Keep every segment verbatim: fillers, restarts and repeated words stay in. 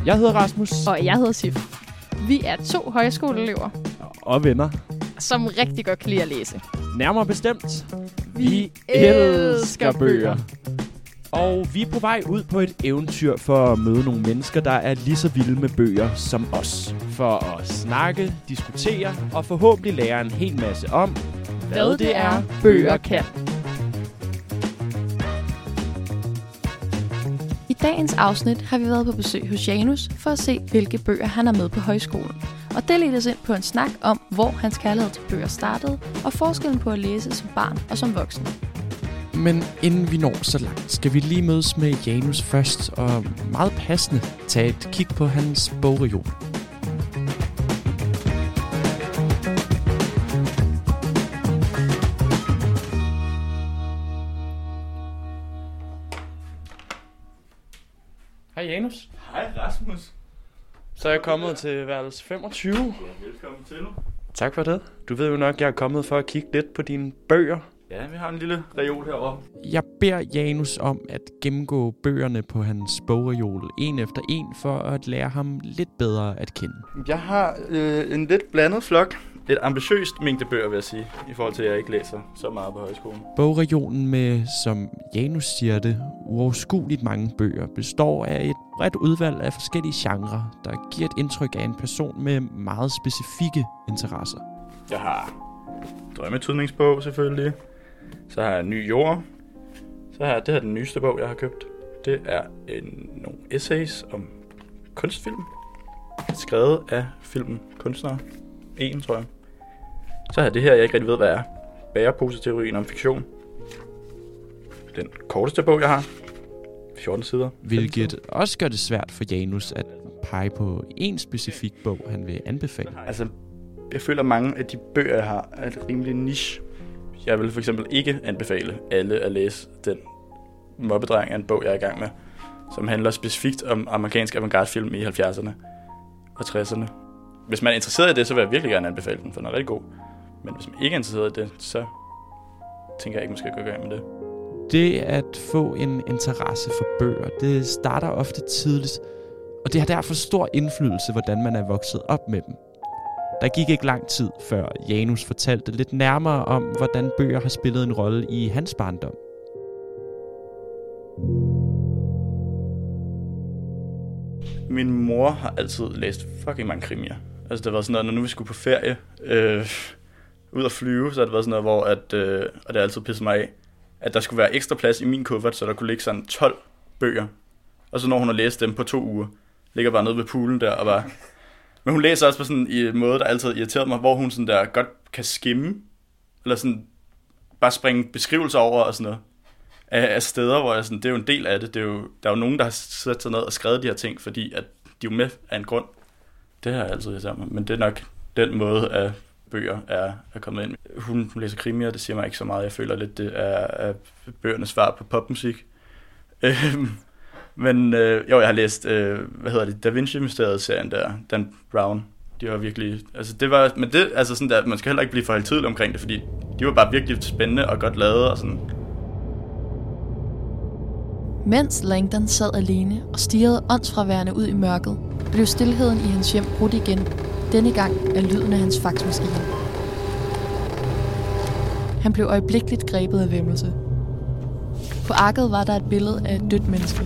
Jeg hedder Rasmus. Og jeg hedder Sif. Vi er to højskoleelever. Og venner. Som rigtig godt kan lide at læse. Nærmere bestemt. Vi, vi elsker bøger. Og vi er på vej ud på et eventyr for at møde nogle mennesker, der er lige så vilde med bøger som os. For at snakke, diskutere og forhåbentlig lære en hel masse om, hvad, hvad det er, bøger kan. I dagens afsnit har vi været på besøg hos Janus for at se, hvilke bøger han har med på højskolen. Og det ledte os ind på en snak om, hvor hans kærlighed til bøger startede, og forskellen på at læse som barn og som voksen. Men inden vi når så langt, skal vi lige mødes med Janus først, og meget passende tage et kig på hans bogreol. Hej Janus. Hej Rasmus. Så er jeg kommet til værelse femogtyve. Ja, velkommen til. Tak for det. Du ved jo nok, jeg er kommet for at kigge lidt på dine bøger. Ja, vi har en lille reol herovre. Jeg beder Janus om at gennemgå bøgerne på hans bogreol en efter en, for at lære ham lidt bedre at kende. Jeg har øh, en lidt blandet flok. Et ambitiøst mængde bøger, vil jeg sige, i forhold til, at jeg ikke læser så meget på højskolen. Bogregionen med, som Janus siger det, uoverskueligt mange bøger, består af et bredt udvalg af forskellige genrer, der giver et indtryk af en person med meget specifikke interesser. Jeg har drømmetydningsbog selvfølgelig. Så har jeg Ny Jord. Så har jeg, det her er den nyeste bog, jeg har købt. Det er en, nogle essays om kunstfilm. Skrevet af filmen kunstnere. En, tror jeg. Så har jeg det her, jeg ikke rigtig ved, hvad er. Bæreposeteorien om fiktion. Den korteste bog, jeg har. fjorten sider. Hvilket også gør det svært for Janus at pege på en specifik bog, han vil anbefale. Altså, jeg føler, at mange af de bøger, jeg har, er rimelig niche. Jeg vil for eksempel ikke anbefale alle at læse den Mobbedreng af en bog, jeg er i gang med, som handler specifikt om amerikansk avantgarde-film i halvfjerdserne og tresserne. Hvis man er interesseret i det, så vil jeg virkelig gerne anbefale den, for den er rigtig god. Men hvis man ikke er interesseret i det, så tænker jeg ikke, man skal gå i gang med det. Det at få en interesse for bøger, det starter ofte tidligt, og det har derfor stor indflydelse, hvordan man er vokset op med dem. Der gik ikke lang tid, før Janus fortalte lidt nærmere om, hvordan bøger har spillet en rolle i hans barndom. Min mor har altid læst fucking mange krimier. Altså det har været sådan noget, når nu vi skulle på ferie, øh, ud at flyve, så har det været sådan noget, hvor at, øh, og det har altid pisset mig af, at der skulle være ekstra plads i min kuffert, så der kunne ligge sådan tolv bøger. Og så når hun har læst dem på to uger, ligger bare nede ved poolen der og bare... Men hun læser også på sådan en måde, der altid irriterede mig, hvor hun sådan der godt kan skimme, eller sådan bare springe beskrivelser over og sådan noget, af, af steder, hvor jeg sådan, det er jo en del af det. Det er jo, der er jo nogen, der har sat sig ned og skrevet de her ting, fordi at de er jo med af en grund. Det har jeg altid irriteret mig, men det er nok den måde, at bøger er, er kommet ind. Hun, hun læser krimier, det siger mig ikke så meget. Jeg føler lidt, det er, er bøgernes svar på popmusik. Men øh, jo, jeg har læst, øh, hvad hedder det, Da Vinci-mysteriet-serien der, Dan Brown. De var virkelig, altså det var, men det, altså sådan der, man skal heller ikke blive for højtideligt omkring det, fordi de var bare virkelig spændende og godt lavet og sådan. Mens Langdon sad alene og stirrede åndsfraværende ud i mørket, blev stilheden i hans hjem brudt igen, denne gang af lyden af hans faxmaskine. Han blev øjeblikkeligt grebet af væmmelse. På arket var der et billede af et dødt menneske.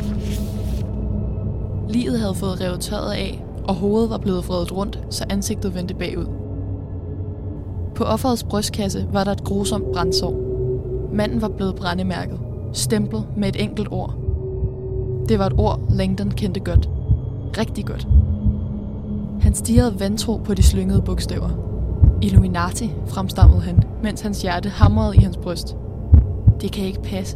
Liget havde fået revet tøjet af, og hovedet var blevet vredet rundt, så ansigtet vendte bagud. På offerets brystkasse var der et grusomt brændsår. Manden var blevet brændemærket, stemplet med et enkelt ord. Det var et ord, Langdon kendte godt. Rigtig godt. Han stirrede vantro på de slyngede bogstaver. Illuminati, fremstammede han, mens hans hjerte hamrede i hans bryst. Det kan ikke passe.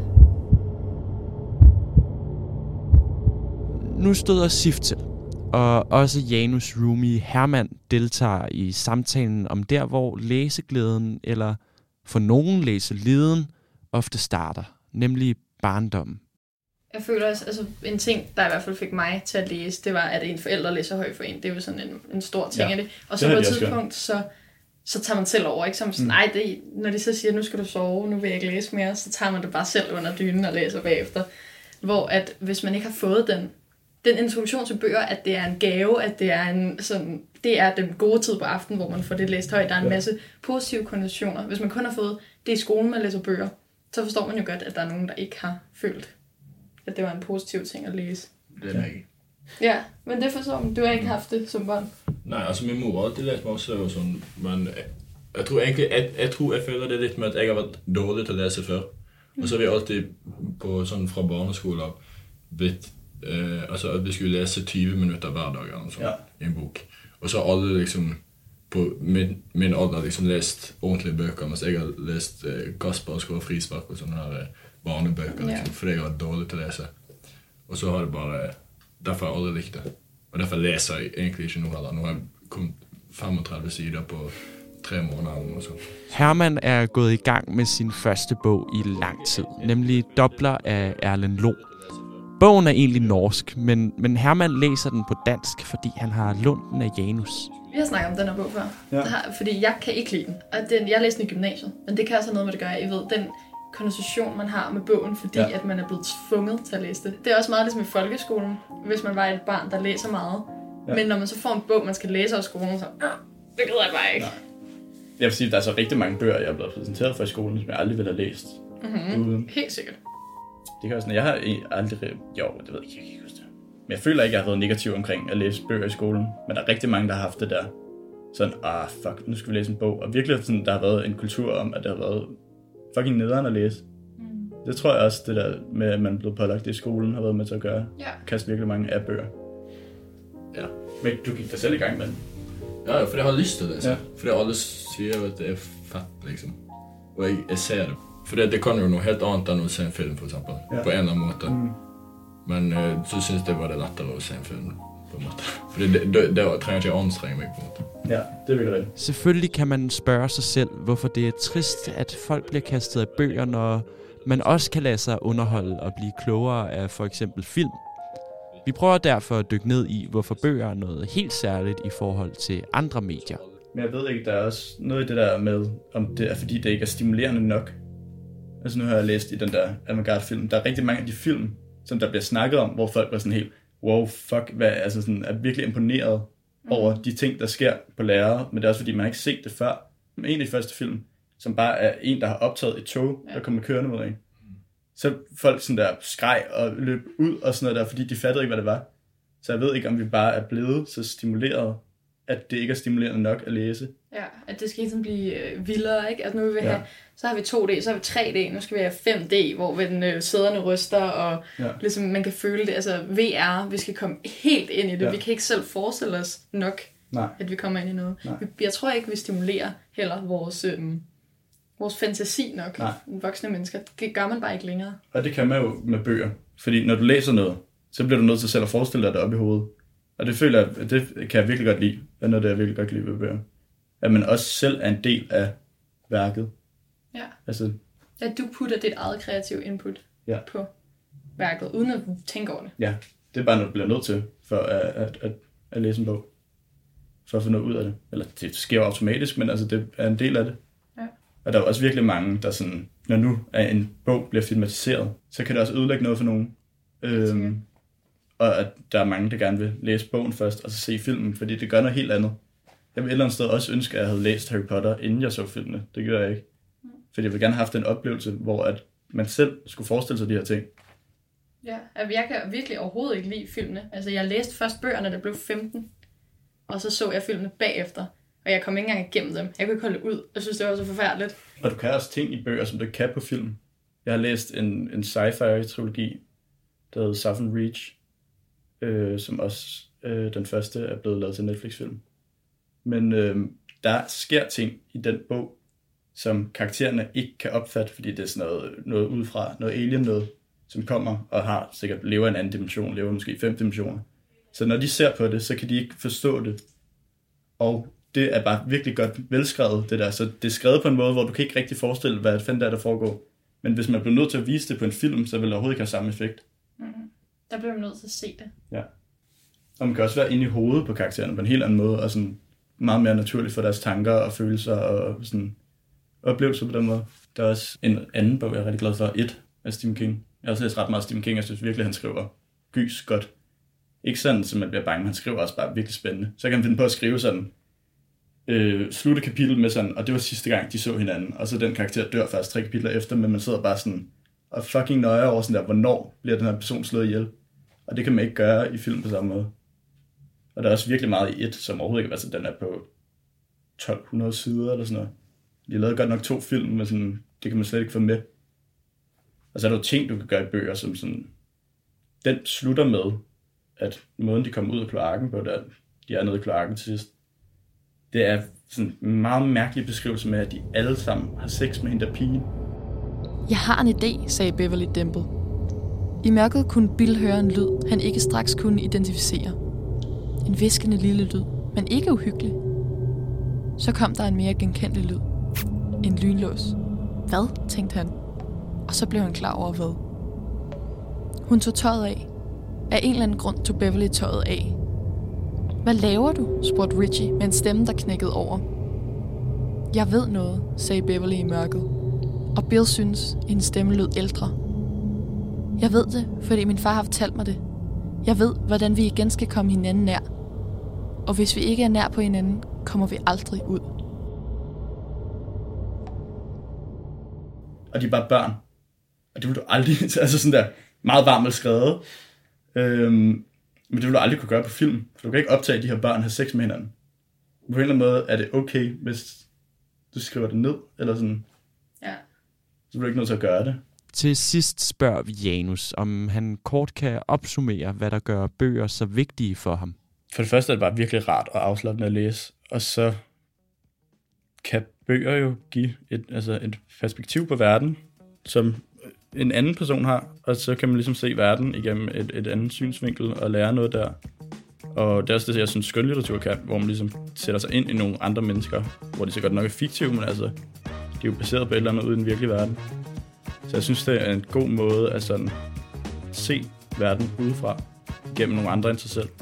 Nu støder Sif til, og også Janus roomie Herman deltager i samtalen om der, hvor læseglæden, eller for nogen læseleden, ofte starter, nemlig barndommen. Jeg føler også, altså en ting, der i hvert fald fik mig til at læse, det var, at en forælder læser højt for en. Det er jo sådan en, en stor ting af ja, det. Og så det på et tidspunkt, så, så tager man selv over, ikke? Som sådan, nej, det, når de så siger, nu skal du sove, nu vil jeg ikke læse mere, så tager man det bare selv under dynen og læser bagefter. Hvor at hvis man ikke har fået den, den introduktion til bøger, at det er en gave, at det er en sådan, det er den gode tid på aftenen, hvor man får det læst højt. Der er en ja. masse positive konnotationer. Hvis man kun har fået det i skolen, man læser bøger, så forstår man jo godt, at der er nogen, der ikke har følt, at det var en positiv ting at læse. Det er ikke. Ja, men det forstår man. Du har ikke haft det som barn. Nej, altså min mor har alltid læst mig også sådan, men jeg tror egentlig, jeg, jeg tror jeg føler det lidt med, at jeg har været dårlig til at læse før. Mm. Og så har vi alltid på sådan fra barneskole op blitt, øh, altså at vi skulle læse tyve minutter hver dag eller sådan, ja. i en bok. Og så har alle liksom på min, min alder liksom læst ordentlige bøger, mens jeg har læst øh, Kasper og frispark og sådan her øh, barnebøger, liksom, ja. fordi jeg har været dårlig til at læse. Og så har det bare, derfor har jeg aldrig likt det. Og derfor læser jeg egentlig ikke nu heller. Nu har jeg kommet femogtredive sider på tre måneder og så. Herman er gået i gang med sin første bog i lang tid, nemlig Dobler af Erlend Loe. Bogen er egentlig norsk, men, men Herman læser den på dansk, fordi han har lånt den af Janus. Vi har snakket om den her bog før, ja. har, fordi jeg kan ikke lide den. Og den, jeg læste den i gymnasiet, men det kan også have noget med det at gøre. Jeg ved, den konnotation, man har med bogen, fordi ja. at man er blevet tvunget til at læse det. Det er også meget ligesom i folkeskolen, hvis man var et barn, der læser meget. Ja. Men når man så får en bog, man skal læse af skolen, så det gider jeg bare ikke. Nej. Jeg vil sige, at der er så rigtig mange bøger, jeg er blevet præsenteret for i skolen, som jeg aldrig ville have læst. Mm-hmm. Uden. Helt sikkert. Det kan også, jeg har aldrig... Jo, det ved jeg ikke, jeg kan ikke huske det. Men jeg føler ikke, at jeg har været negativ omkring at læse bøger i skolen. Men der er rigtig mange, der har haft det der. Sådan, ah, fuck, nu skal vi læse en bog. Og virkelig sådan, der har været en kultur om, at det har været fucking nederen at læse. Mm. Det tror jeg også, det der med, at man er blevet pålagt i skolen, har været med til at gøre. Ja. Kaste virkelig mange af bøger. Ja. Men du gik dig selv i gang med den. Ja, for jeg har lyst til det. Ja. For alle siger, at det er fedt, liksom. Og jeg, jeg ser det. For det, det kan jo noe helt annet enn å se en film, for eksempel. Ja. På en eller annen måte. Mm. Men uh, så synes jeg var det lettere å se en film, på en måte. For det, det, det trenger ikke anstrenge mig, på en måte. Ja, det vil det. Selvfølgelig kan man spørge sig selv, hvorfor det er trist, at folk bliver kastet af bøger, når man også kan lade sig underholde og blive klogere af for eksempel film. Vi prøver derfor at dykke ned i, hvorfor bøger er noget helt særligt i forhold til andre medier. Men jeg ved ikke, der er også noget i det der med, om det er fordi, det ikke er stimulerende nok. Altså nu har jeg læst i den der avantgarde-film, der er rigtig mange af de film, som der bliver snakket om, hvor folk var sådan helt, wow, fuck, hvad, altså sådan, er virkelig imponeret mm. over de ting, der sker på lærere, men det er også fordi, man har ikke set det før. Men en af de første film, som bare er en, der har optaget et tog, ja. der kommer kørende mod en. Så folk sådan der skreg og løb ud og sådan noget der, fordi de fattede ikke, hvad det var. Så jeg ved ikke, om vi bare er blevet så stimuleret, at det ikke er stimulerende nok at læse. Ja, at det skal hele tiden blive øh, vildere, ikke? Altså nu vil vi ja. have, så har vi to D, så har vi tre D, nu skal vi have fem D, hvor den øh, sæderne ryster, og ja. ligesom man kan føle det. Altså V R, vi skal komme helt ind i det. Ja. Vi kan ikke selv forestille os nok, Nej. at vi kommer ind i noget. Vi, jeg tror ikke, vi stimulerer heller vores, øh, vores fantasi nok. Nej. Voksne mennesker. Det gør man bare ikke længere. Og det kan man jo med bøger. Fordi når du læser noget, så bliver du nødt til selv at forestille dig det op i hovedet. Og det føler jeg, det kan jeg virkelig godt lide. Det er noget, det jeg virkelig godt lide ved bøger. At man også selv er en del af værket. Ja. Altså, at du putter dit eget kreative input ja. på værket, uden at tænke over det. Ja, det er bare noget, du bliver nødt til, for at, at, at, at læse en bog. For at få noget ud af det. Eller det sker automatisk, men altså, det er en del af det. Ja. Og der er også virkelig mange, der sådan, når nu er en bog bliver filmatiseret, så kan det også ødelægge noget for nogen. Øhm, og at der er mange, der gerne vil læse bogen først, og så se filmen, fordi det gør noget helt andet. Jeg vil et eller andet sted også ønske, at jeg havde læst Harry Potter, inden jeg så filmene. Det gør jeg ikke. Mm. Fordi jeg vil gerne have haft en oplevelse, hvor at man selv skulle forestille sig de her ting. Ja, jeg kan virkelig overhovedet ikke lide filmene. Altså, jeg læste først bøgerne, da jeg blev femten, og så så jeg filmene bagefter. Og jeg kom ikke engang igennem dem. Jeg kunne ikke holde ud. Jeg synes, det var så forfærdeligt. Og du kan også ting i bøger, som du kan på film. Jeg har læst en, en sci-fi-trilogi, der hedder Southern Reach, øh, som også øh, den første er blevet lavet til Netflix-film. Men øh, der sker ting i den bog, som karaktererne ikke kan opfatte, fordi det er sådan noget, noget udefra, noget alien noget, som kommer og har sikkert lever i en anden dimension, lever måske i fem dimensioner. Så når de ser på det, så kan de ikke forstå det. Og det er bare virkelig godt velskrevet, det der. Så det er skrevet på en måde, hvor du kan ikke rigtig forestille, hvad fanden der er, der foregår. Men hvis man bliver nødt til at vise det på en film, så vil det overhovedet ikke have samme effekt. Mm-hmm. Der bliver man nødt til at se det. Ja. Og man kan også være inde i hovedet på karaktererne på en helt anden måde, og sådan meget mere naturligt for deres tanker og følelser og sådan oplevelser på den måde. Der er også en anden bog, jeg er rigtig glad for, et af Stephen King. Jeg har også læst ret meget Stephen King, jeg synes virkelig, han skriver gys godt. ikke sådan, så man bliver bange, han skriver også bare virkelig spændende. Så kan han finde på at skrive sådan, øh, slutte kapitel med sådan, og det var sidste gang, de så hinanden, og så den karakter dør først tre kapitler efter, men man sidder bare sådan, og fucking nøje over sådan der, hvornår bliver den her person slået ihjel. Og det kan man ikke gøre i film på samme måde. Og der er også virkelig meget i et, som overhovedet ikke, altså den er på tolv hundrede sider eller sådan noget. De har lavet godt nok to film, men sådan, det kan man slet ikke få med. Og så er der jo ting, du kan gøre i bøger, som sådan, den slutter med, at måden de kommer ud af kloakken på, der de er nede i kloakken til sidst, det er sådan en meget mærkelig beskrivelse med, at de alle sammen har sex med hende der pigen. Jeg har en idé, sagde Beverly Dimple. I mørket kunne Bill høre en lyd, han ikke straks kunne identificere. En hviskende lille lyd, men ikke uhyggelig. Så kom der en mere genkendelig lyd. En lynlås. Hvad, tænkte han. Og så blev han klar over hvad. Hun tog tøjet af. Af en eller anden grund tog Beverly tøjet af. Hvad laver du? Spurgte Richie med en stemme, der knækkede over. Jeg ved noget, sagde Beverly i mørket. Og Bill synes, en stemme lød ældre. Jeg ved det, fordi min far har fortalt mig det. Jeg ved, hvordan vi igen skal komme hinanden nær. Og hvis vi ikke er nær på hinanden, kommer vi aldrig ud. Og de er bare børn. Og det vil du aldrig, altså sådan der, meget varmt skrevet. Øhm, men det vil du aldrig kunne gøre på film. For du kan ikke optage, at de her børn har sex med hinanden. På en eller anden måde er det okay, hvis du skriver det ned, eller sådan. Ja. Så bliver du ikke nødt til at gøre det. Til sidst spørger vi Janus, om han kort kan opsummere, hvad der gør bøger så vigtige for ham. For det første er det bare virkelig rart og afslappende at læse, og så kan bøger jo give et, altså et perspektiv på verden, som en anden person har, og så kan man ligesom se verden igennem et, et andet synsvinkel og lære noget der. Og det er også det, jeg synes skønlitteratur kan, hvor man ligesom sætter sig ind i nogle andre mennesker, hvor de så godt nok er fiktive, men altså, de er jo baseret på et eller andet ude i den virkelige verden. Så jeg synes, det er en god måde at sådan se verden udefra, gennem nogle andre end sig selv.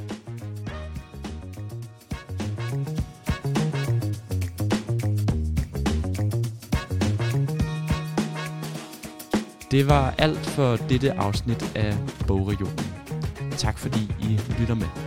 Det var alt for dette afsnit af Bogregionen. Tak fordi I lytter med.